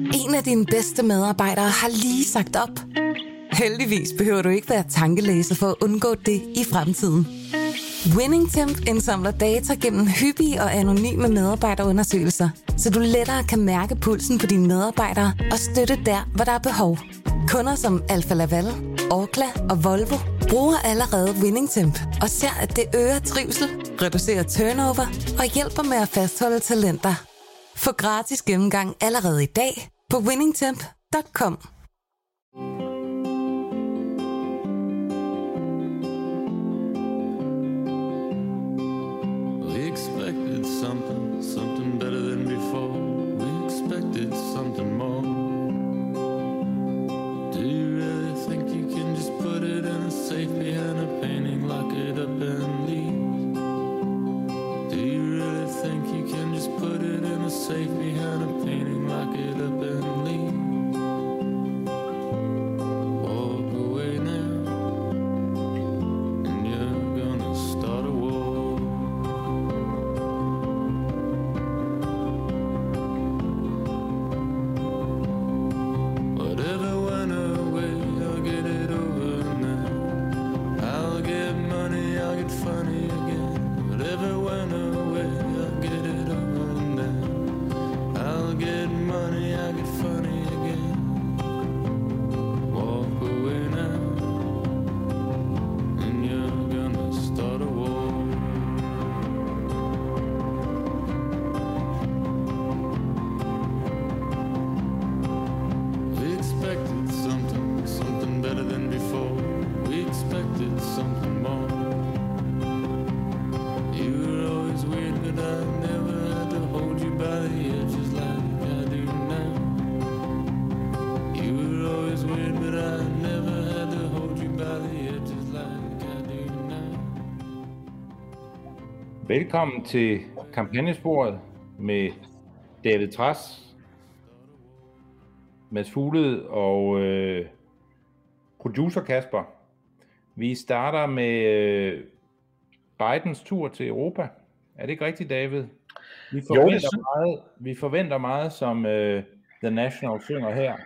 En af dine bedste medarbejdere har lige sagt op. Heldigvis behøver du ikke være tankelæser for at undgå det i fremtiden. WinningTemp indsamler data gennem hyppige og anonyme medarbejderundersøgelser, så du lettere kan mærke pulsen på dine medarbejdere og støtte der, hvor der er behov. Kunder som Alfa Laval, Orkla og Volvo bruger allerede WinningTemp og ser, at det øger trivsel, reducerer turnover og hjælper med at fastholde talenter. Få gratis gennemgang allerede i dag på winningtemp.com. Something better than before. We expected something more. Do you really think you can just put it in a safe behind a painting, lock it up and leave? Do you really think you can just put it in a safe behind a painting, lock it up and leave? Walk away now, and you're gonna start a war. Velkommen til kampagnesporet med David Trads, Mads Fuglede og producer Kasper. Vi starter med Bidens tur til Europa. Er det ikke rigtigt, David? Vi forventer meget, som The National synger her.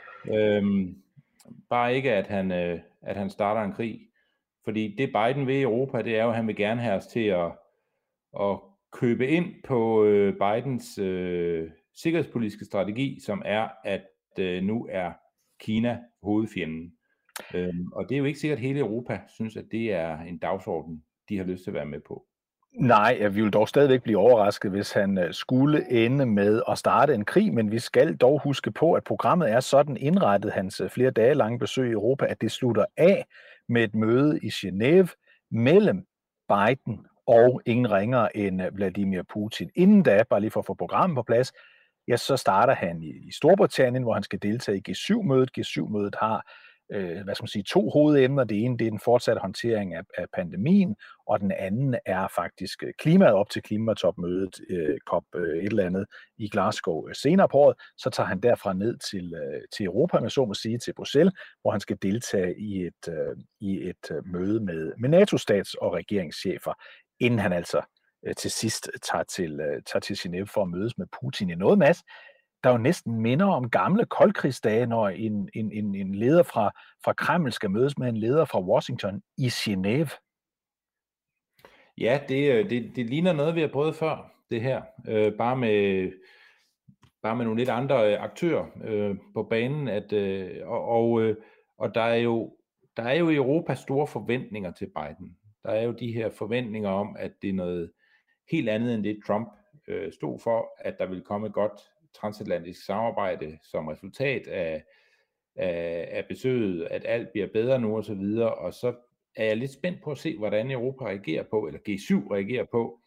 Bare ikke, at han starter en krig. Fordi det Biden vil i Europa, det er jo, at han vil gerne have os til at købe ind på Bidens sikkerhedspolitiske strategi, som er, at nu er Kina hovedfjenden. Og det er jo ikke sikkert, at hele Europa synes, at det er en dagsorden, de har lyst til at være med på. Nej, vi vil dog stadigvæk blive overrasket, hvis han skulle ende med at starte en krig, men vi skal dog huske på, at programmet er sådan indrettet, hans flere dage lange besøg i Europa, at det slutter af med et møde i Genève mellem Biden og ingen ringere end Vladimir Putin. Inden da, bare lige for at få programmet på plads, ja, så starter han i Storbritannien, hvor han skal deltage i G7-mødet. G7-mødet har to hovedemner. Det ene, det er den fortsatte håndtering af pandemien, og den anden er faktisk klimaet op til klimatopmødet, COP et eller andet i Glasgow senere på året. Så tager han derfra ned til Europa, med så må sige, til Bruxelles, hvor han skal deltage i et møde med NATO-stats- og regeringschefer, inden han altså til sidst tager til Genève for at mødes med Putin i noget, Mads, der jo næsten minder om gamle koldkrigsdage, når en leder fra Kreml skal mødes med en leder fra Washington i Genève. Ja, det ligner noget, vi har prøvet før, det her. Bare med nogle lidt andre aktører på banen. Og der er jo i Europa store forventninger til Biden. Der er jo de her forventninger om, at det er noget helt andet end det, Trump stod for, at der vil komme et godt transatlantisk samarbejde som resultat af besøget, at alt bliver bedre nu og så videre. Og så er jeg lidt spændt på at se, hvordan Europa reagerer på, eller G7 reagerer på,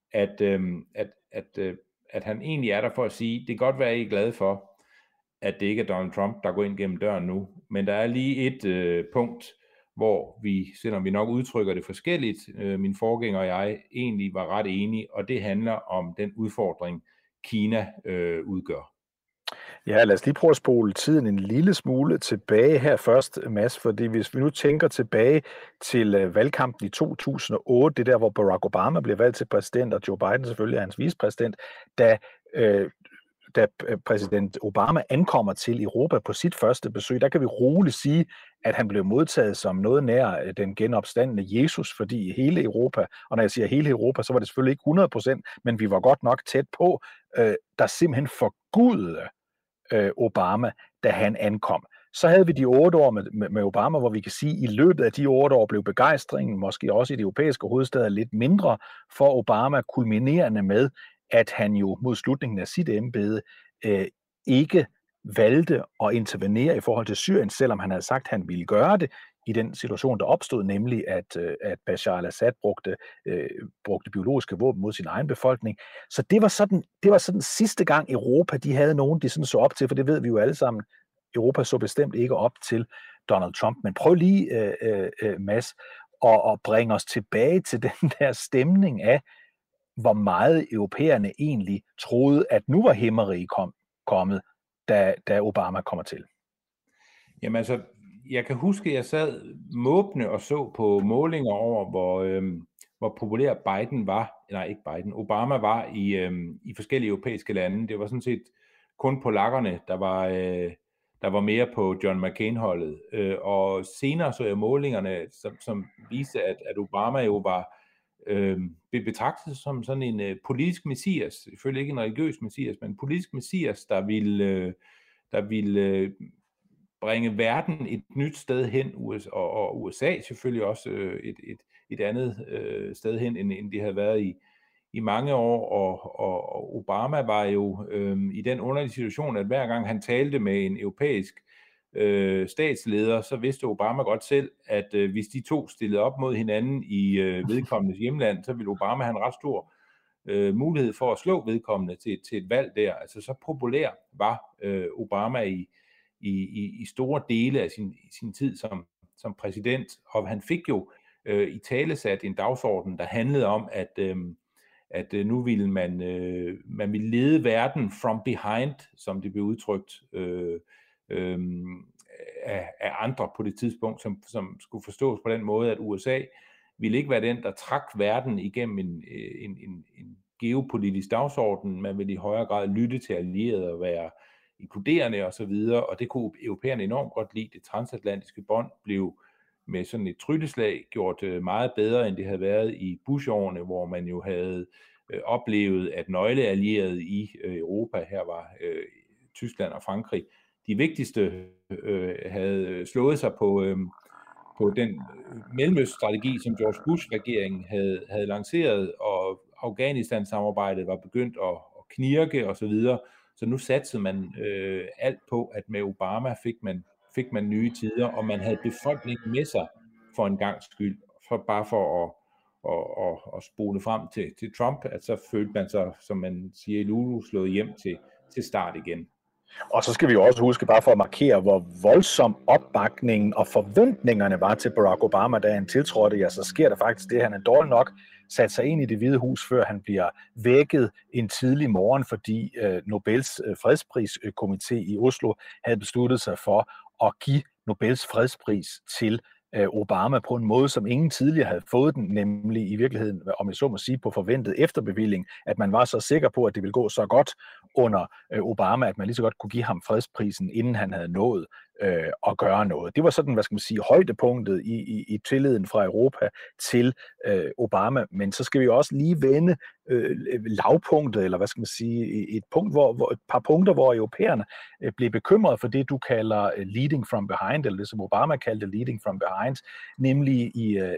at han egentlig er der for at sige, det kan godt være, at I er glade for, at det ikke er Donald Trump, der går ind gennem døren nu, men der er lige et punkt, hvor vi, selvom vi nok udtrykker det forskelligt, min forgænger og jeg egentlig var ret enige, og det handler om den udfordring, Kina udgør. Ja, lad os lige prøve at spole tiden en lille smule tilbage her først, Mads, fordi hvis vi nu tænker tilbage til valgkampen i 2008, det der, hvor Barack Obama blev valgt til præsident, og Joe Biden selvfølgelig er hans vicepræsident, da da præsident Obama ankommer til Europa på sit første besøg, der kan vi roligt sige, at han blev modtaget som noget nær den genopstandne Jesus, fordi hele Europa, og når jeg siger hele Europa, så var det selvfølgelig ikke 100%, men vi var godt nok tæt på, der simpelthen forgudede Obama, da han ankom. Så havde vi de 8 år med Obama, hvor vi kan sige, at i løbet af de 8 år blev begejstringen, måske også i de europæiske hovedstæder, lidt mindre for Obama, kulminerende med, at han jo mod slutningen af sit embede ikke valgte at intervenere i forhold til Syrien, selvom han havde sagt, at han ville gøre det i den situation, der opstod, nemlig at Bashar al-Assad brugte biologiske våben mod sin egen befolkning. Så det var sådan sidste gang Europa, de havde nogen, de sådan så op til, for det ved vi jo alle sammen, Europa så bestemt ikke op til Donald Trump. Men prøv lige, Mads, at bringe os tilbage til den der stemning af, hvor meget europæerne egentlig troede, at nu var himmerige kommet, da Obama kommer til. Jamen altså, jeg kan huske, at jeg sad måbende og så på målinger over, hvor populær Biden var, nej ikke Biden, Obama var i forskellige europæiske lande. Det var sådan set kun polakkerne, der var mere på John McCain-holdet. Og senere så jeg målingerne, som viste, at Obama jo var blev betragtet som sådan en politisk messias, selvfølgelig ikke en religiøs messias, men en politisk messias, der ville bringe verden et nyt sted hen, og USA selvfølgelig også et andet sted hen, end de havde været i mange år, og Obama var jo i den underlige situation, at hver gang han talte med en europæisk statsleder, så vidste Obama godt selv, at hvis de to stillede op mod hinanden i vedkommendes hjemland, så ville Obama have en ret stor mulighed for at slå vedkommende til et valg der. Altså så populær var Obama i store dele af sin tid som præsident, og han fik jo italesat en dagsorden, der handlede om, at nu ville man ville lede verden from behind, som det blev udtrykt af andre på det tidspunkt, som skulle forstås på den måde, at USA ville ikke være den, der trak verden igennem en geopolitisk dagsorden. Man ville i højere grad lytte til allierede og være inkluderende og så videre, og det kunne europæerne enormt godt lide. Det transatlantiske bånd blev med sådan et trylleslag gjort meget bedre, end det havde været i Bush-årene, hvor man jo havde oplevet, at nøgleallierede i Europa, her var Tyskland og Frankrig, de vigtigste havde slået sig på den mellemøststrategi, som George Bush-regeringen havde lanceret, og Afghanistan-samarbejdet var begyndt at knirke og så videre. Så nu satsede man alt på, at med Obama fik man nye tider, og man havde befolkningen med sig for en gangs skyld, bare for at spole frem til Trump, at så følte man sig, som man siger i Lulu, slået hjem til start igen. Og så skal vi jo også huske, bare for at markere, hvor voldsom opbakningen og forventningerne var til Barack Obama, da han tiltrådte, ja, så sker der faktisk det, han er dårlig nok sat sig ind i Det Hvide Hus, før han bliver vækket en tidlig morgen, fordi Nobels fredspriskomité i Oslo havde besluttet sig for at give Nobels fredspris til Obama på en måde, som ingen tidligere havde fået den, nemlig i virkeligheden, om jeg så må sige, på forventet efterbevilling, at man var så sikker på, at det ville gå så godt under Obama, at man lige så godt kunne give ham fredsprisen, inden han havde nået at gøre noget. Det var sådan, hvad skal man sige, højdepunktet i tilliden fra Europa til Obama, men så skal vi også lige vende lavpunktet, eller hvad skal man sige, et par punkter, hvor europæerne blev bekymret for det, du kalder leading from behind, eller det, som Obama kaldte leading from behind, nemlig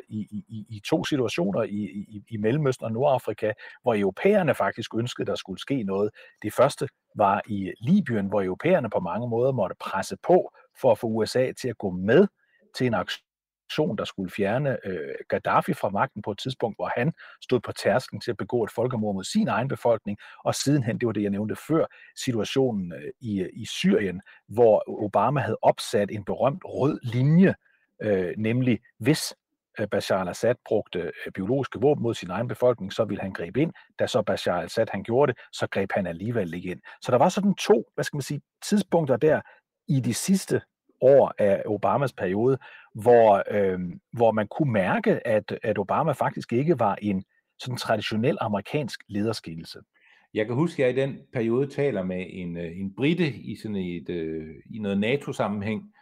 i to situationer i Mellemøsten og Nordafrika, hvor europæerne faktisk ønskede, der skulle ske noget. Det første var i Libyen, hvor europæerne på mange måder måtte presse på for at få USA til at gå med til en aktion, der skulle fjerne Gaddafi fra magten på et tidspunkt, hvor han stod på tærsklen til at begå et folkemord mod sin egen befolkning, og sidenhen, det var det, jeg nævnte før, situationen i Syrien, hvor Obama havde opsat en berømt rød linje, nemlig hvis Bashar al-Assad brugte biologiske våben mod sin egen befolkning, så ville han gribe ind. Da så Bashar al-Assad han gjorde det, så greb han alligevel ikke ind. Så der var sådan to, hvad skal man sige, tidspunkter der i de sidste år af Obamas periode, hvor man kunne mærke, at Obama faktisk ikke var en sådan traditionel amerikansk lederskikkelse. Jeg kan huske, at jeg i den periode taler med en brite i sådan i noget NATO-sammenhæng,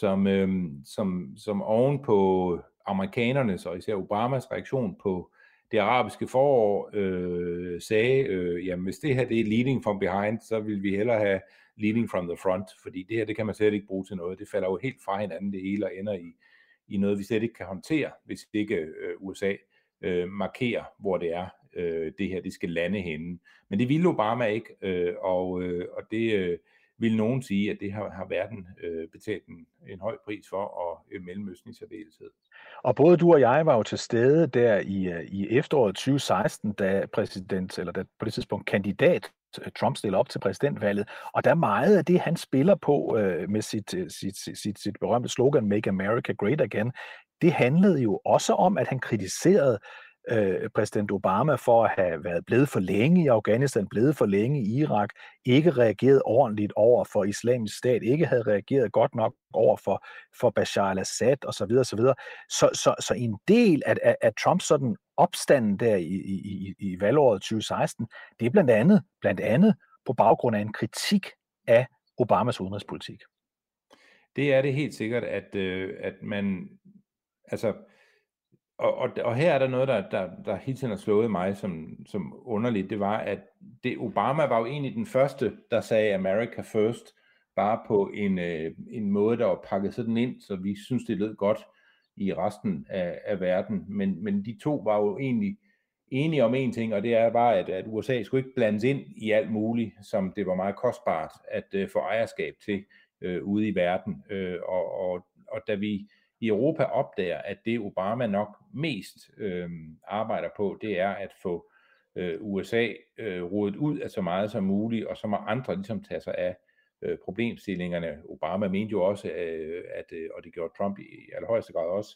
som oven på amerikanernes og især Obamas reaktion på det arabiske forår sagde, jamen hvis det her det er leading from behind, så vil vi hellere have leading from the front, fordi det her det kan man slet ikke bruge til noget. Det falder jo helt fra hinanden det hele og ender i noget, vi slet ikke kan håndtere, hvis ikke USA markerer, hvor det er, det her det skal lande henne. Men det ville Obama ikke, og det vil nogen sige, at det har verden betalt en høj pris for, og Mellemøsten i særdeleshed. Og både du og jeg var jo til stede der i efteråret 2016, da på det tidspunkt kandidat Trump stiller op til præsidentvalget, og der er meget af det, han spiller på med sit berømte slogan Make America Great Again, det handlede jo også om, at han kritiserede præsident Obama for at have været blevet for længe i Afghanistan, blevet for længe i Irak, ikke reageret ordentligt over for Islamisk Stat, ikke havde reageret godt nok over for Bashar al-Assad osv. osv. Så en del af Trumps sådan opstanden der i valgåret 2016, det er blandt andet på baggrund af en kritik af Obamas udenrigspolitik. Det er det helt sikkert, at man altså og her er der noget, der hele tiden har slået mig som underligt. Det var, at Obama var jo egentlig den første, der sagde America First, bare på en måde, der var pakket sådan ind, så vi synes, det lød godt i resten af verden. Men de to var jo egentlig enige om en ting, og det er bare, at USA skulle ikke blandes ind i alt muligt, som det var meget kostbart at få ejerskab til ude i verden. Og da vi i Europa opdager, at det Obama nok mest arbejder på, det er at få USA rodet ud af så meget som muligt, og så må andre ligesom tage sig af problemstillingerne. Obama mente jo også, og det gjorde Trump i allerhøjeste grad også,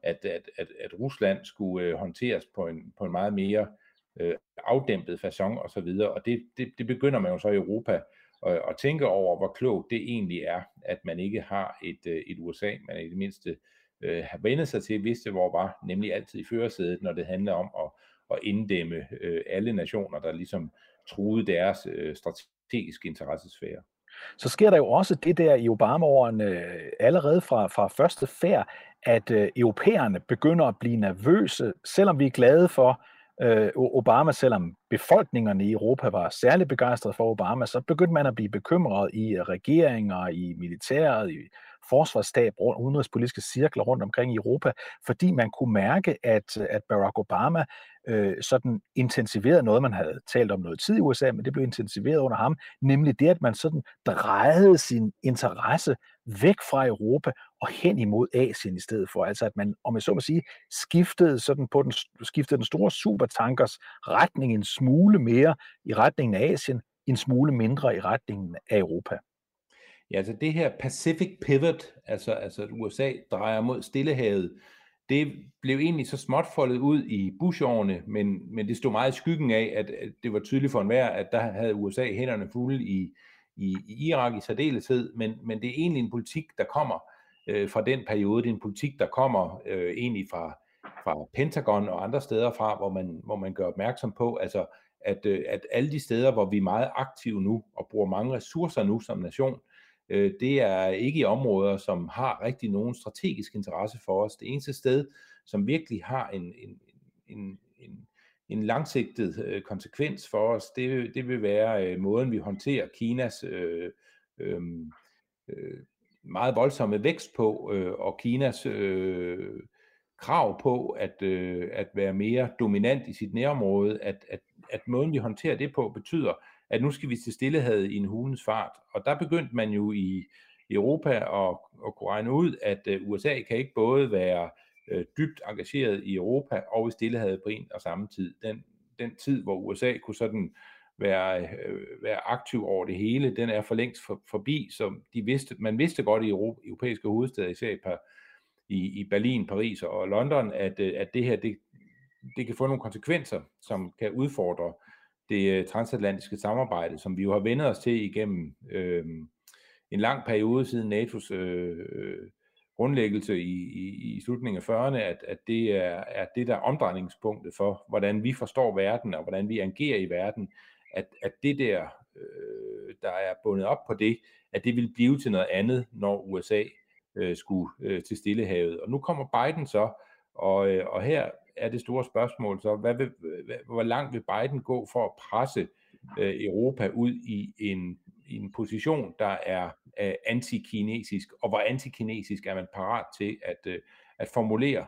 at Rusland skulle håndteres på en meget mere afdæmpet facon og så videre, og det begynder man jo så i Europa at tænke over, hvor klogt det egentlig er, at man ikke har et USA, man i det mindste har vendt sig til, vidste hvor var, nemlig altid i førersædet, når det handler om at inddæmme alle nationer, der ligesom truede deres strategiske interessesfære. Så sker der jo også det der i Obama-årene allerede fra første færd, at europæerne begynder at blive nervøse, selvom vi er glade for Obama, selvom befolkningerne i Europa var særligt begejstrede for Obama, så begyndte man at blive bekymret i regeringer, i militæret, i forsvarsstab, udenrigspolitiske cirkler rundt omkring i Europa, fordi man kunne mærke, at Barack Obama sådan intensiverede noget, man havde talt om noget tid i USA, men det blev intensiveret under ham, nemlig det, at man sådan drejede sin interesse væk fra Europa og hen imod Asien i stedet for. Altså at man, om jeg så må sige, skiftede den store supertankers retning en smule mere i retningen af Asien, en smule mindre i retningen af Europa. Ja, altså det her Pacific Pivot, altså at USA drejer mod Stillehavet, det blev egentlig så småt foldet ud i Bush-årene, men det stod meget i skyggen af, at det var tydeligt for enhver, at der havde USA hænderne fulde i Irak i særdeleshed, men det er egentlig en politik, der kommer fra den periode. Det er en politik, der kommer egentlig fra Pentagon og andre steder fra, hvor man gør opmærksom på, altså at alle de steder, hvor vi er meget aktive nu og bruger mange ressourcer nu som nation, det er ikke i områder, som har rigtig nogen strategisk interesse for os. Det eneste sted, som virkelig har en langsigtet konsekvens for os, det vil være måden, vi håndterer Kinas meget voldsomme vækst på, og Kinas krav på at være mere dominant i sit nærområde, at måden, vi håndterer det på, betyder, at nu skal vi til Stillehavet i en hulens fart. Og der begyndte man jo i Europa at kunne regne ud, at USA kan ikke både være dybt engageret i Europa og i Stillehavet på en og samme tid. Den tid, hvor USA kunne sådan være aktiv over det hele, den er for længst forbi, så man vidste godt i europæiske hovedstæder, især i Berlin, Paris og London, at det her, det kan få nogle konsekvenser, som kan udfordre det transatlantiske samarbejde, som vi jo har vendt os til igennem en lang periode siden NATO's grundlæggelse i slutningen af 40'erne, at det er det, der er omdrejningspunktet for, hvordan vi forstår verden, og hvordan vi agerer i verden, at det der, der er bundet op på det, at det vil blive til noget andet, når USA skulle til Stillehavet. Og nu kommer Biden så, og her er det store spørgsmål så, hvor langt vil Biden gå for at presse Europa ud i en position, der er antikinesisk, og hvor antikinesisk er man parat til at formulere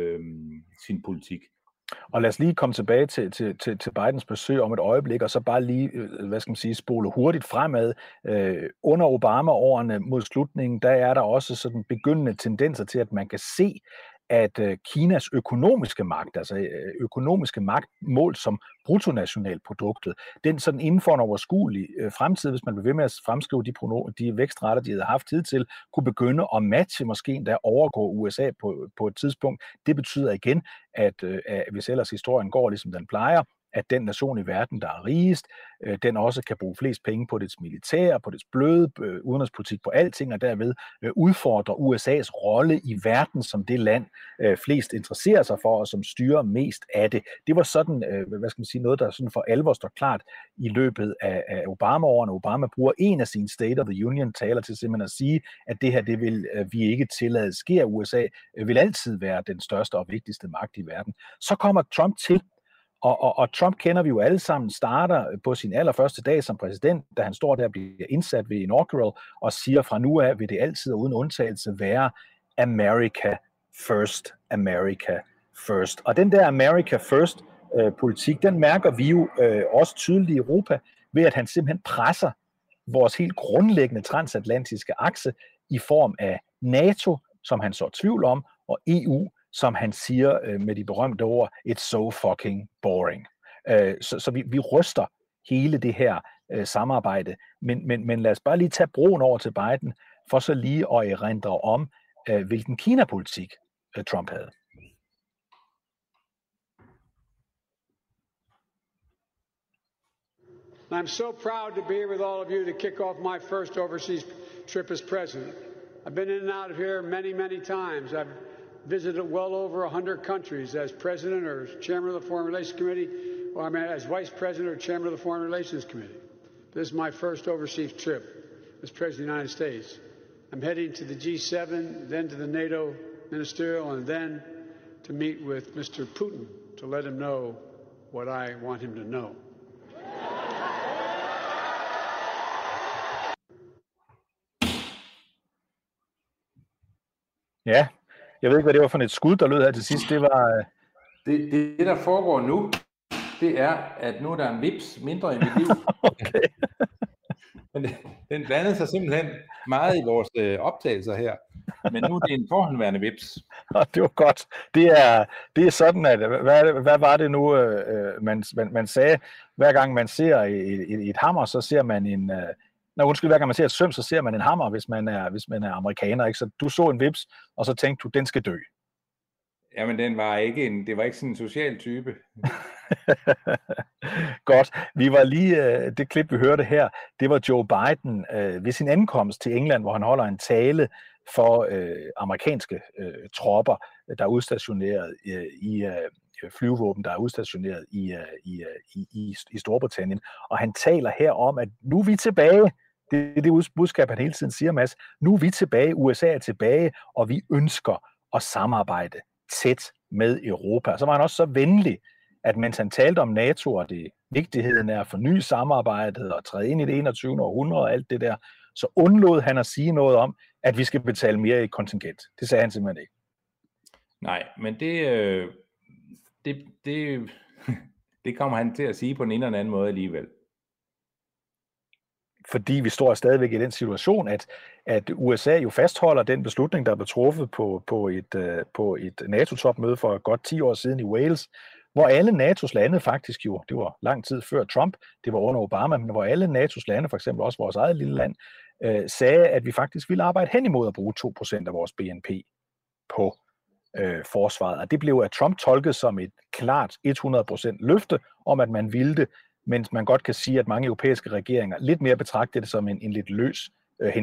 sin politik. Og lad os lige komme tilbage til Bidens besøg om et øjeblik, og så bare lige, spole hurtigt fremad. Under Obama-årene mod slutningen, der er der også sådan begyndende tendenser til, at man kan se, at Kinas økonomiske magt, altså økonomiske magt målt som bruttonationalproduktet, den sådan inden for en overskuelig fremtid, hvis man bliver ved med at fremskrive de vækstrater, de havde haft tid til, kunne begynde at matche, måske endda overgå USA på et tidspunkt. Det betyder igen, at hvis ellers historien går, ligesom den plejer, at den nation i verden, der er rigest, den også kan bruge flest penge på dets militær, på dets bløde udenrigspolitik, på alting, og derved udfordre USA's rolle i verden som det land, flest interesserer sig for, og som styrer mest af det. Det var sådan, noget, der sådan for alvor står klart i løbet af Obama-årene. Obama bruger en af sine State of the Union-taler til simpelthen at sige, at det her, det vil vi ikke tillade sker. USA vil altid være den største og vigtigste magt i verden. Så kommer Trump til. Og Trump kender vi jo alle sammen, starter på sin allerførste dag som præsident, da han står der og bliver indsat ved inaugural, og siger fra nu af, vil det altid og uden undtagelse være America first, America first. Og den der America first politik, den mærker vi jo også tydeligt i Europa, ved at han simpelthen presser vores helt grundlæggende transatlantiske akse i form af NATO, som han så tvivl om, og EU, som han siger med de berømte ord, it's so fucking boring. Så vi ryster hele det her samarbejde, men lad os bare lige tage broen over til Biden, for så lige at erindre om, hvilken Kina-politik Trump havde. I'm so proud to be here with all of you to kick off my first overseas trip as president. I've been in and out of here many, many times. I've visited well over 100 countries as president or as chairman of the Foreign Relations Committee, or as vice president or chairman of the Foreign Relations Committee. This is my first overseas trip as president of the United States. I'm heading to the G7, then to the NATO ministerial, and then to meet with Mr. Putin to let him know what I want him to know. Ja, jeg ved ikke, hvad det var for et skud, der lød her til sidst. Det var... Det, der foregår nu, det er, at nu er der en vips mindre i mit liv. Okay. Men den blandede sig simpelthen meget i vores optagelser her. Men nu er det en forhåndværende vips. Det var godt. Det er sådan, at hvad var det nu, man sagde, hver gang man ser et hammer, så ser man en... hver gang man ser et søm, så ser man en hammer, hvis man er amerikaner, ikke? Så du så en vips, og så tænkte du, den skal dø. Jamen, det var ikke sådan en social type. Godt. Vi var lige, det klip, vi hørte her, det var Joe Biden ved sin ankomst til England, hvor han holder en tale for amerikanske tropper, der er udstationeret i flyvevåben, der er udstationeret i Storbritannien. Og han taler her om, at nu er vi tilbage. Det er det budskab, han hele tiden siger, Mads. Nu er vi tilbage, USA er tilbage, og vi ønsker at samarbejde tæt med Europa. Så var han også så venlig, at mens han talte om NATO og det vigtigheden af at forny samarbejdet og træde ind i det 21. århundrede og alt det der, så undlod han at sige noget om, at vi skal betale mere i kontingent. Det sagde han simpelthen ikke. Nej, men det kommer han til at sige på en eller anden måde alligevel. Fordi vi står stadigvæk i den situation, at USA jo fastholder den beslutning, der blev truffet på et NATO-topmøde for godt 10 år siden i Wales, hvor alle NATO's lande faktisk jo, det var lang tid før Trump, det var under Obama, men hvor alle NATO's lande, for eksempel også vores eget lille land, sagde, at vi faktisk ville arbejde hen imod at bruge 2% af vores BNP på forsvaret. Og det blev af Trump tolket som et klart 100% løfte om, at man ville det, mens man godt kan sige, at mange europæiske regeringer lidt mere betragter det som en lidt løs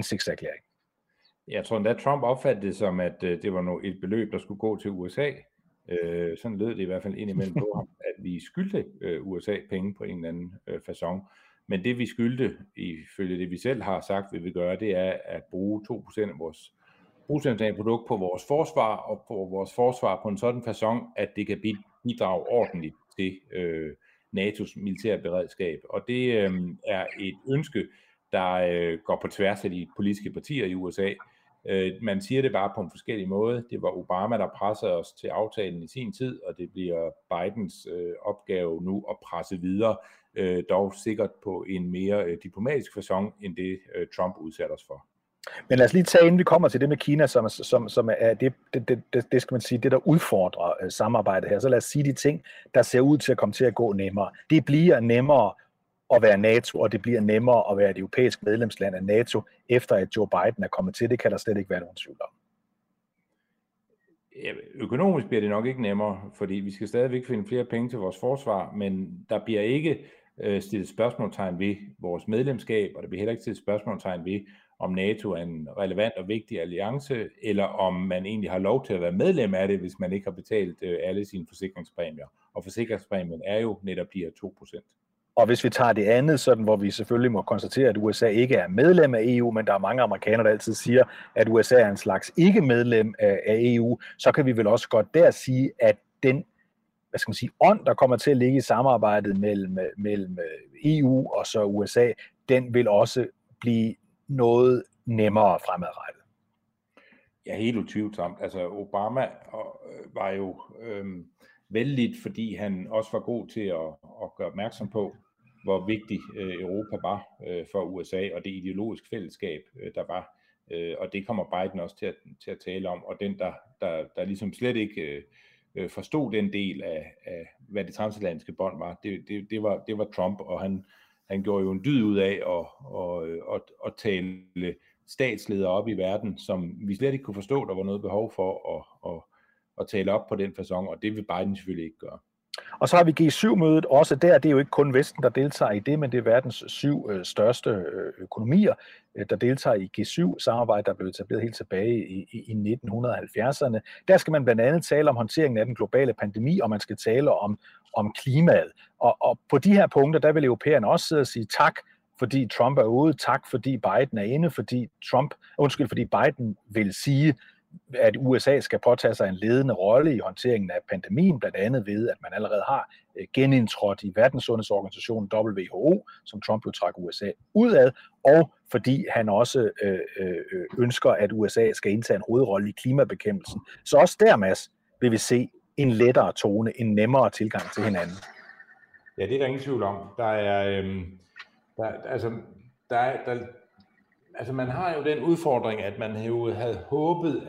hensigtserklæring. Jeg tror endda, Trump opfattede det som, at det var et beløb, der skulle gå til USA, Sådan lød det i hvert fald indimellem på ham, at vi skyldte USA penge på en eller anden facon. Men det vi skyldte, ifølge det vi selv har sagt, vi vil gøre, det er at bruge 2% af vores bruttonationalprodukt på vores forsvar, og på vores forsvar på en sådan facon, at det kan bidrage ordentligt til NATO's militære beredskab. Og det er et ønske, der går på tværs af de politiske partier i USA. Man siger det bare på en forskellig måde. Det var Obama, der pressede os til aftalen i sin tid, og det bliver Bidens opgave nu at presse videre, dog sikkert på en mere diplomatisk facon, end det Trump udsætter os for. Men lad os lige tage, inden vi kommer til det med Kina, som er det skal man sige, det der udfordrer samarbejdet her. Så lad os sige de ting, der ser ud til at komme til at gå nemmere. Det bliver nemmere at være NATO, og det bliver nemmere at være et europæisk medlemsland af NATO, efter at Joe Biden er kommet til. Det kan der slet ikke være nogen tvivl om. Ja, økonomisk bliver det nok ikke nemmere, fordi vi skal stadigvæk finde flere penge til vores forsvar, men der bliver ikke stillet spørgsmålstegn ved vores medlemskab, og der bliver heller ikke stillet spørgsmålstegn ved, om NATO er en relevant og vigtig alliance, eller om man egentlig har lov til at være medlem af det, hvis man ikke har betalt alle sine forsikringspræmier. Og forsikringspræmien er jo netop de her 2%. Og hvis vi tager det andet, sådan, hvor vi selvfølgelig må konstatere, at USA ikke er medlem af EU, men der er mange amerikanere, der altid siger, at USA er en slags ikke-medlem af EU, så kan vi vel også godt der sige, at den ånd, der kommer til at ligge i samarbejdet mellem EU og så USA, den vil også blive noget nemmere fremadrettet. Ja, helt utvivlsomt. Altså Obama var jo vældigt, fordi han også var god til at gøre opmærksom på, hvor vigtig Europa var for USA, og det ideologiske fællesskab, der var. Og det kommer Biden også til at tale om, og den, der ligesom slet ikke forstod den del af hvad det transatlantiske bånd var, det var Trump, og han gjorde jo en dyd ud af at tale statsledere op i verden, som vi slet ikke kunne forstå, der var noget behov for at tale op på den facon, og det vil Biden selvfølgelig ikke gøre. Og så har vi G7-mødet også der. Det er jo ikke kun Vesten, der deltager i det, men det er verdens 7 største økonomier, der deltager i G7-samarbejde, der blev etableret helt tilbage i 1970'erne. Der skal man blandt andet tale om håndteringen af den globale pandemi, og man skal tale om klimaet. Og på de her punkter, der vil europæerne også sidde og sige tak, fordi Trump er ude, tak fordi Biden er inde, fordi Biden vil sige, at USA skal påtage sig en ledende rolle i håndteringen af pandemien, blandt andet ved, at man allerede har genindtrådt i Verdenssundhedsorganisationen WHO, som Trump jo trak USA ud af, og fordi han også ønsker, at USA skal indtage en hovedrolle i klimabekæmpelsen. Så også der, Mads, vil vi se en lettere tone, en nemmere tilgang til hinanden. Ja, det er der ingen tvivl om. Altså man har jo den udfordring, at man jo havde håbet,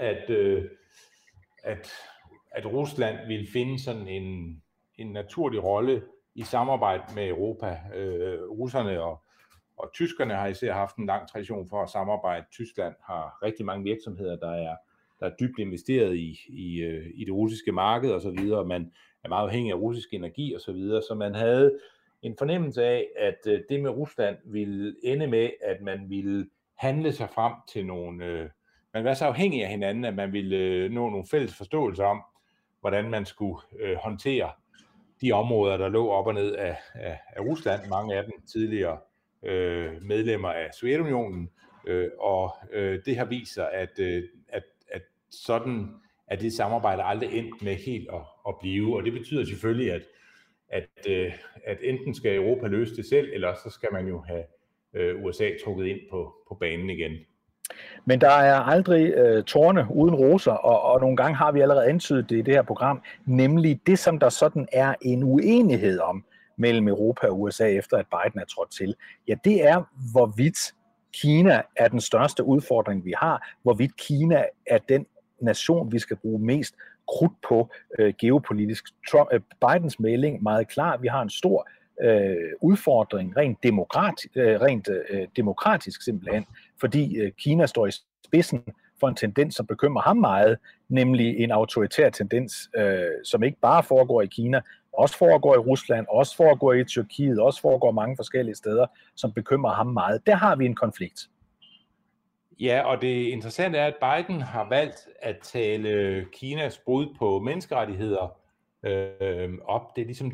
at Rusland ville finde sådan en naturlig rolle i samarbejde med Europa. Russerne og tyskerne har især haft en lang tradition for at samarbejde. Tyskland har rigtig mange virksomheder, der er dybt investeret i det russiske marked og så videre. Man er meget afhængig af russisk energi og så videre, så man havde en fornemmelse af, at det med Rusland ville ende med, at man ville handle sig frem til man var så afhængig af hinanden, at man ville nå nogle fælles forståelser om, hvordan man skulle håndtere de områder, der lå op og ned af Rusland, mange af dem tidligere medlemmer af Sovjetunionen, og det har vist sig, at sådan er det samarbejde aldrig endt med helt at blive, og det betyder selvfølgelig, at enten skal Europa løse det selv, eller så skal man jo have USA trukket ind på banen igen. Men der er aldrig tårne uden roser, og nogle gange har vi allerede antydet det i det her program, nemlig det, som der sådan er en uenighed om mellem Europa og USA, efter at Biden er trådt til. Ja, det er, hvorvidt Kina er den største udfordring, vi har, hvorvidt Kina er den nation, vi skal bruge mest krudt på geopolitisk. Bidens melding meget klar, vi har en stor udfordring rent demokratisk simpelthen, fordi Kina står i spidsen for en tendens, som bekymrer ham meget, nemlig en autoritær tendens, som ikke bare foregår i Kina, også foregår i Rusland, også foregår i Tyrkiet, også foregår mange forskellige steder, som bekymrer ham meget. Der har vi en konflikt. Ja, og det interessante er, at Biden har valgt at tale Kinas brud på menneskerettigheder op. Det er ligesom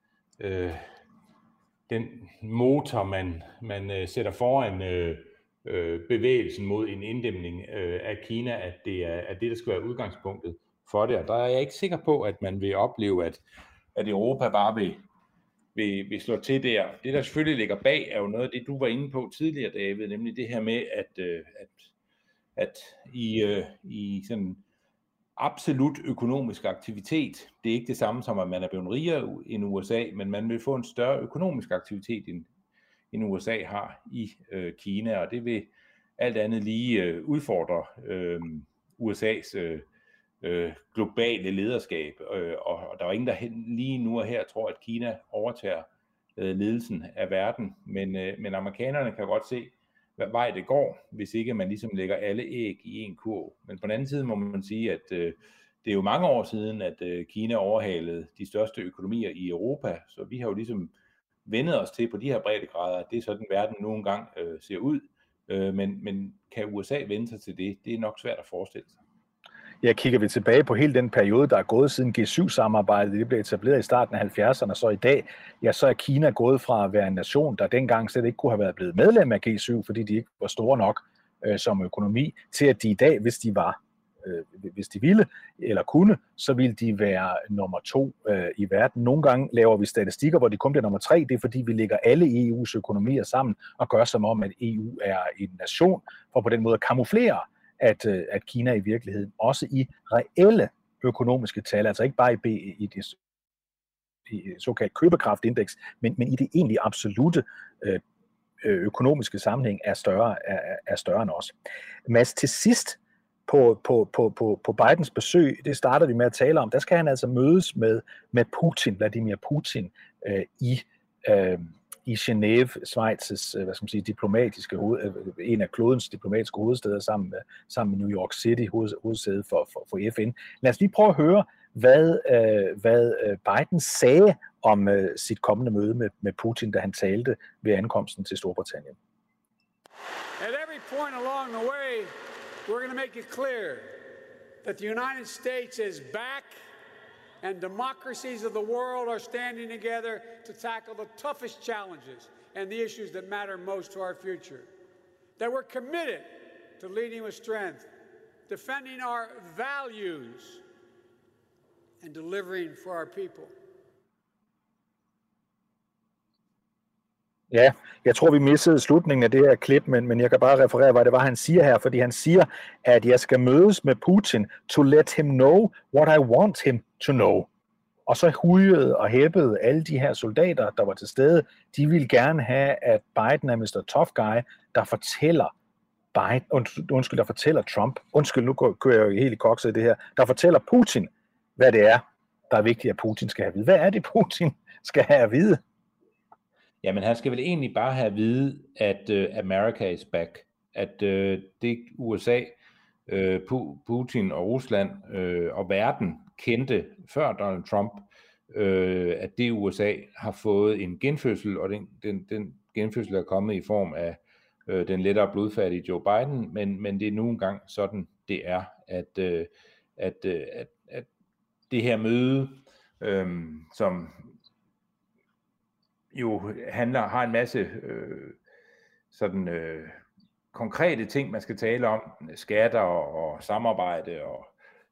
den motor, man sætter foran bevægelsen mod en inddæmning af Kina, at det er det, der skal være udgangspunktet for det. Og der er jeg ikke sikker på, at man vil opleve, at Europa bare vil slå til der. Det, der selvfølgelig ligger bag, er jo noget af det, du var inde på tidligere, David, nemlig det her med, at i sådan absolut økonomisk aktivitet, det er ikke det samme som, at man er blevet rigere end USA, men man vil få en større økonomisk aktivitet, end USA har i Kina, og det vil alt andet lige udfordre USA's globale lederskab, og der er ingen, der lige nu og her tror, at Kina overtager ledelsen af verden, men amerikanerne kan godt se, hvad vej det går, hvis ikke man ligesom lægger alle æg i en kurv. Men på den anden side må man sige, at det er jo mange år siden, at Kina overhalede de største økonomier i Europa, så vi har jo ligesom vendet os til på de her breddegrader, at det er sådan, verden nogle gange ser ud, men kan USA vende sig til det? Det er nok svært at forestille sig. Ja, kigger vi tilbage på hele den periode, der er gået siden G7-samarbejdet, det blev etableret i starten af 70'erne, så i dag, ja, så er Kina gået fra at være en nation, der dengang slet ikke kunne have været blevet medlem af G7, fordi de ikke var store nok som økonomi, til at de i dag, hvis de ville eller kunne, så ville de være nummer 2 i verden. Nogle gange laver vi statistikker, hvor de kun bliver nummer 3, det er fordi, vi lægger alle EU's økonomier sammen og gør som om, at EU er en nation, for på den måde at kamuflere, at Kina i virkeligheden også i reelle økonomiske tal, altså ikke bare i det såkaldt købekraftindeks, men i det egentlig absolute økonomiske sammenhæng er større end os. Mads, til sidst på Bidens besøg, det starter vi med at tale om, der skal han altså mødes med Putin, Vladimir Putin, i Genève, Schweiz's, diplomatiske en af klodens diplomatiske hovedsteder sammen med New York City, hovedsæde for FN. Lad os lige prøve at høre, hvad Biden sagde om sit kommende møde med Putin, da han talte ved ankomsten til Storbritannien. At every point along the way, we're going to make it clear that the United States is back and democracies of the world are standing together to tackle the toughest challenges and the issues that matter most to our future. That we're committed to leading with strength, defending our values, and delivering for our people. Ja, jeg tror, vi missede slutningen af det her klip, men jeg kan bare referere, hvad det var, han siger her, fordi han siger, at jeg skal mødes med Putin to let him know what I want him to know. Og så hujede og hæppede alle de her soldater, der var til stede, de ville gerne have, at Biden er Mr. Tough Guy, der fortæller der fortæller Trump, nu kører jeg jo helt i kokset i det her, der fortæller Putin, hvad det er, der er vigtigt, at Putin skal have at vide. Hvad er det, Putin skal have at vide? Jamen, han skal vel egentlig bare have at vide, at America is back. At det USA, Putin og Rusland og verden kendte før Donald Trump, at det USA har fået en genfødsel, og den genfødsel er kommet i form af den lettere blodfattige Joe Biden, men det er nu engang sådan, det er, at det her møde, som jo har en masse konkrete ting, man skal tale om, skatter og samarbejde og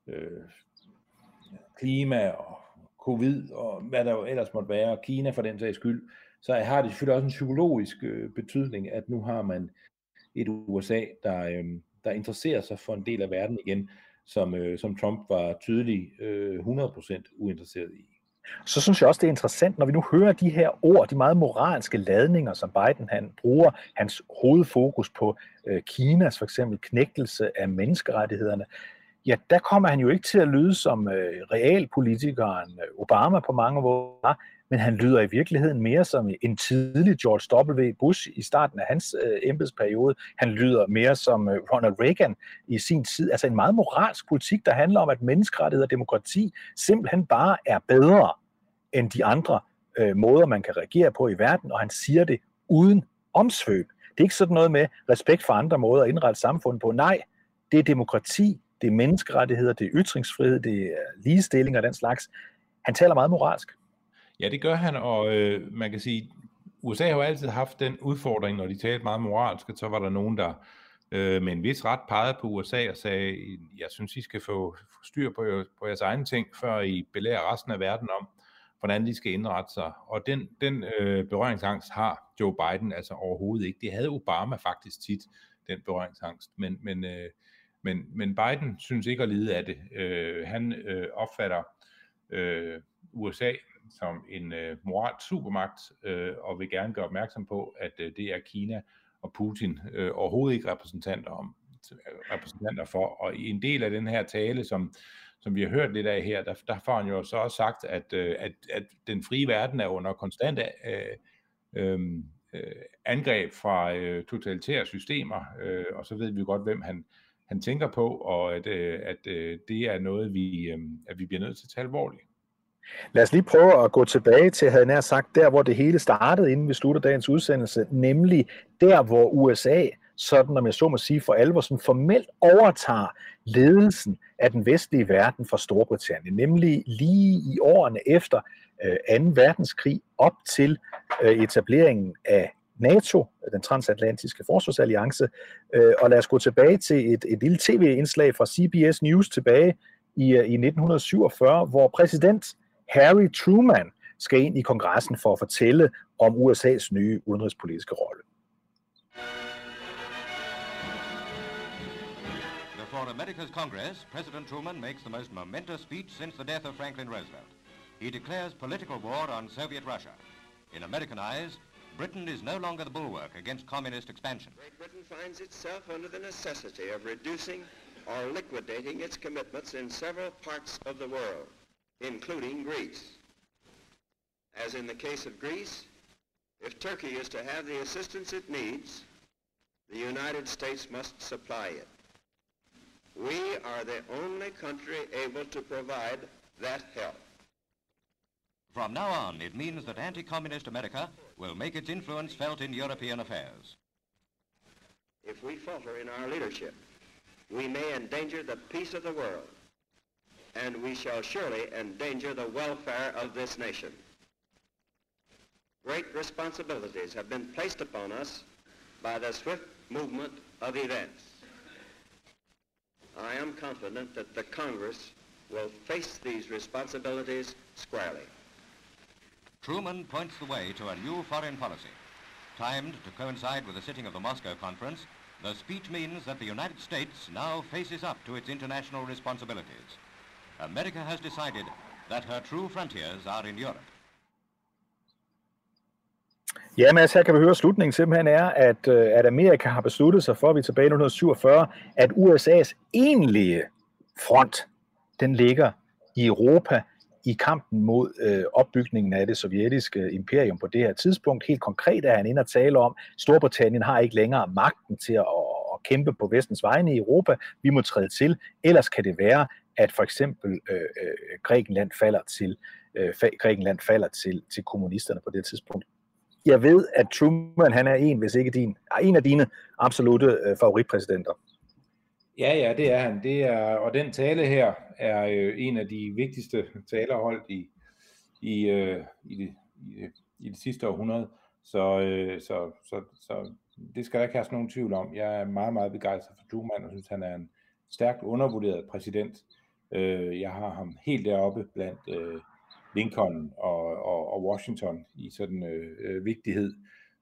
klima og covid og hvad der jo ellers måtte være, og Kina for den sags skyld, så har det selvfølgelig også en psykologisk betydning, at nu har man et USA, der interesserer sig for en del af verden igen, som Trump var tydeligt 100% uinteresseret i. Så synes jeg også, det er interessant, når vi nu hører de her ord, de meget moralske ladninger, som Biden han bruger, hans hovedfokus på Kinas for eksempel knægtelse af menneskerettighederne, ja, der kommer han jo ikke til at lyde som realpolitikeren Obama på mange måder, men han lyder i virkeligheden mere som en tidlig George W. Bush i starten af hans embedsperiode. Han lyder mere som Ronald Reagan i sin tid. Altså en meget moralsk politik, der handler om, at menneskerettighed og demokrati simpelthen bare er bedre end de andre måder, man kan regere på i verden, og han siger det uden omsvøb. Det er ikke sådan noget med respekt for andre måder at indrette samfundet på. Nej, det er demokrati, det er menneskerettigheder, det er ytringsfrihed, det er ligestilling og den slags. Han taler meget moralsk. Ja, det gør han, og man kan sige, USA har jo altid haft den udfordring, når de talte meget moralsk, så var der nogen, der med en vis ret pegede på USA og sagde, jeg synes, I skal få styr på jeres egne ting, før I belærer resten af verden om, hvordan de skal indrette sig. Og den berøringsangst har Joe Biden altså overhovedet ikke. Det havde Obama faktisk tit, den berøringsangst. Men Biden synes ikke at lide af det. Han opfatter USA som en moralsk supermagt, og vil gerne gøre opmærksom på, at det er Kina og Putin overhovedet ikke repræsentanter for. Og i en del af den her tale, som vi har hørt lidt af her, der får han jo så også sagt, at den frie verden er under konstant angreb fra totalitære systemer, og så ved vi godt, hvem han tænker på, og at det er noget, at vi bliver nødt til at tage alvorligt. Lad os lige prøve at gå tilbage til, havde jeg nær sagt, der hvor det hele startede, inden vi slutter dagens udsendelse, nemlig der, hvor USA, sådan om jeg så må sige for alvor, sådan formelt overtager ledelsen af den vestlige verden fra Storbritannien, nemlig lige i årene efter 2. verdenskrig op til etableringen af NATO, den transatlantiske forsvarsalliance, og lad os gå tilbage til et lille tv-indslag fra CBS News tilbage i 1947, hvor præsident Harry Truman skal ind i kongressen for at fortælle om USA's nye udenrigspolitiske rolle. Before America's Congress, President Truman makes the most momentous speech since the death of Franklin Roosevelt. He declares political war on Soviet Russia. In American eyes, Britain is no longer the bulwark against communist expansion. Great Britain finds itself under the necessity of reducing or liquidating its commitments in several parts of the world, including Greece. As in the case of Greece, if Turkey is to have the assistance it needs, the United States must supply it. We are the only country able to provide that help. From now on, it means that anti-communist America will make its influence felt in European affairs. If we falter in our leadership, we may endanger the peace of the world, and we shall surely endanger the welfare of this nation. Great responsibilities have been placed upon us by the swift movement of events. I am confident that the Congress will face these responsibilities squarely. Truman points the way to a new foreign policy. Timed to coincide with the sitting of the Moscow Conference, the speech means that the United States now faces up to its international responsibilities. America has decided that her true frontiers are in Europe. Ja, men her kan vi høre, at slutningen simpelthen er, at Amerika har besluttet sig for, at vi tilbage i 1947, at USA's egentlige front, den ligger i Europa, i kampen mod opbygningen af det sovjetiske imperium på det her tidspunkt. Helt konkret er han inde og tale om, at Storbritannien har ikke længere magten til at kæmpe på vestens vegne i Europa. Vi må træde til. Ellers kan det være, at for eksempel Grækenland falder til kommunisterne på det tidspunkt. Jeg ved, at Truman han er en af dine absolutte favoritpræsidenter. Ja, det er han. Og den tale her er en af de vigtigste taler holdt i det sidste århundrede. Så det skal der ikke have nogen tvivl om. Jeg er meget, meget begejstret for Truman, og synes, han er en stærkt undervurderet præsident. Jeg har ham helt deroppe blandt Lincoln og Washington i sådan vigtighed.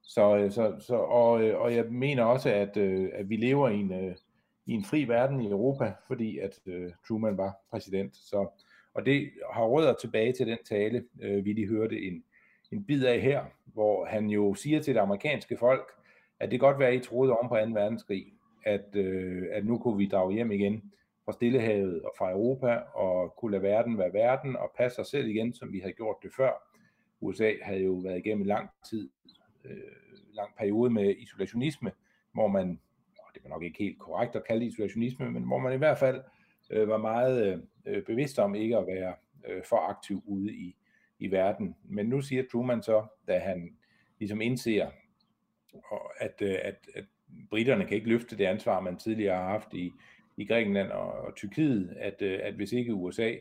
Og jeg mener også, at vi lever i en fri verden i Europa, fordi at Truman var præsident. Og det har rødder tilbage til den tale, vi lige hørte en bid af her, hvor han jo siger til det amerikanske folk, at det godt være, at I troede om på 2. verdenskrig, at nu kunne vi drage hjem igen fra Stillehavet og fra Europa, og kunne lade verden være verden, og passe os selv igen, som vi havde gjort det før. USA havde jo været igennem lang periode med isolationisme, hvor man, det var nok ikke helt korrekt at kalde det isolationisme, men hvor man i hvert fald var meget bevidst om ikke at være for aktiv ude i verden. Men nu siger Truman så, da han ligesom indser, og at briterne kan ikke løfte det ansvar, man tidligere har haft i Grækenland og Tyrkiet, at hvis ikke USA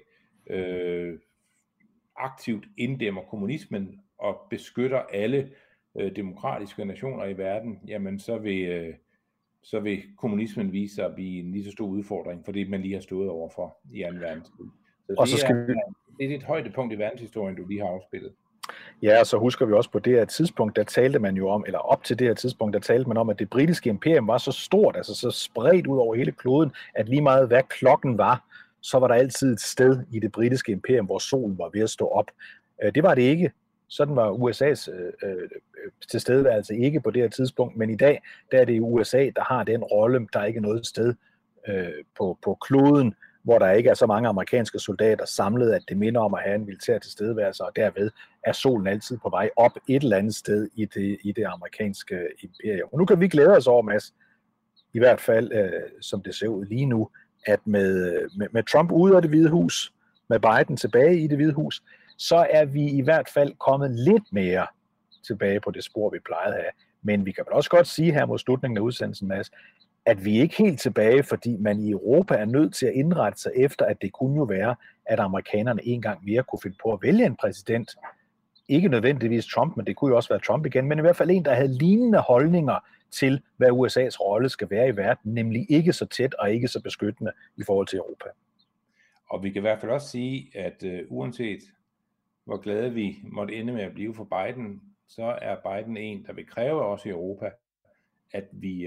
aktivt inddæmmer kommunismen og beskytter alle demokratiske nationer i verden, jamen så vil kommunismen vise sig at blive en lige så stor udfordring for det, man lige har stået overfor i 2. verdenskrig. Det er et højdepunkt i verdenshistorien, du lige har afspillet. Ja, og så husker vi også på det her tidspunkt, der talte man jo om, eller op til det her tidspunkt, der talte man om, at det britiske imperium var så stort, altså så spredt ud over hele kloden, at lige meget hvad klokken var, så var der altid et sted i det britiske imperium, hvor solen var ved at stå op. Det var det ikke. Sådan var USA's tilstedeværelse ikke på det her tidspunkt, men i dag, der er det USA, der har den rolle. Der er ikke noget sted på kloden, hvor der ikke er så mange amerikanske soldater samlet, at det minder om at have en militær tilstedeværelse, og derved er solen altid på vej op et eller andet sted i det amerikanske imperium. Og nu kan vi glæde os over, Mads, i hvert fald som det ser ud lige nu, at med Trump ude af det Hvide Hus, med Biden tilbage i det Hvide Hus, så er vi i hvert fald kommet lidt mere tilbage på det spor, vi plejede at have. Men vi kan vel også godt sige her mod slutningen af udsendelsen, Mads, at vi ikke helt tilbage, fordi man i Europa er nødt til at indrette sig efter, at det kunne jo være, at amerikanerne en gang mere kunne finde på at vælge en præsident. Ikke nødvendigvis Trump, men det kunne jo også være Trump igen, men i hvert fald en, der havde lignende holdninger til, hvad USA's rolle skal være i verden, nemlig ikke så tæt og ikke så beskyttende i forhold til Europa. Og vi kan i hvert fald også sige, at uanset hvor glade vi måtte ende med at blive for Biden, så er Biden en, der vil kræve os i Europa, at vi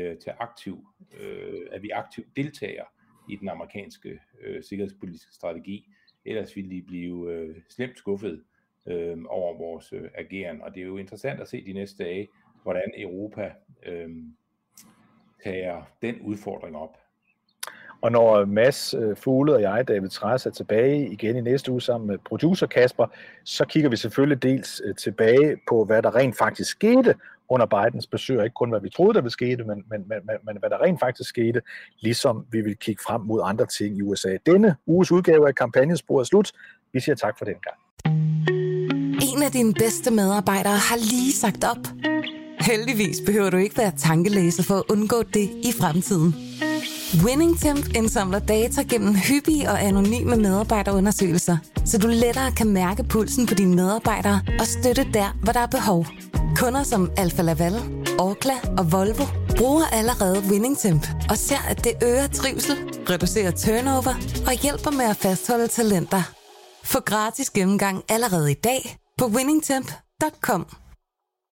aktivt deltager i den amerikanske sikkerhedspolitiske strategi. Ellers vil de blive slemt skuffet over vores ageren. Og det er jo interessant at se de næste dage, hvordan Europa tager den udfordring op. Og når Mads Fuglede og jeg, David Træs, er tilbage igen i næste uge sammen med producer Kasper, så kigger vi selvfølgelig dels tilbage på, hvad der rent faktisk skete under Bidens besøg, ikke kun hvad vi troede, der ville ske, men hvad der rent faktisk skete, ligesom vi vil kigge frem mod andre ting i USA. Denne uges udgave af Kampagnesporet er slut. Vi siger tak for den gang. En af dine bedste medarbejdere har lige sagt op. Heldigvis behøver du ikke være tankelæser for at undgå det i fremtiden. WinningTemp indsamler data gennem hyppige og anonyme medarbejderundersøgelser, så du lettere kan mærke pulsen på dine medarbejdere og støtte der, hvor der er behov. Kunder som Alfa Laval, Orkla og Volvo bruger allerede WinningTemp og ser, at det øger trivsel, reducerer turnover og hjælper med at fastholde talenter. Få gratis gennemgang allerede i dag på winningtemp.com.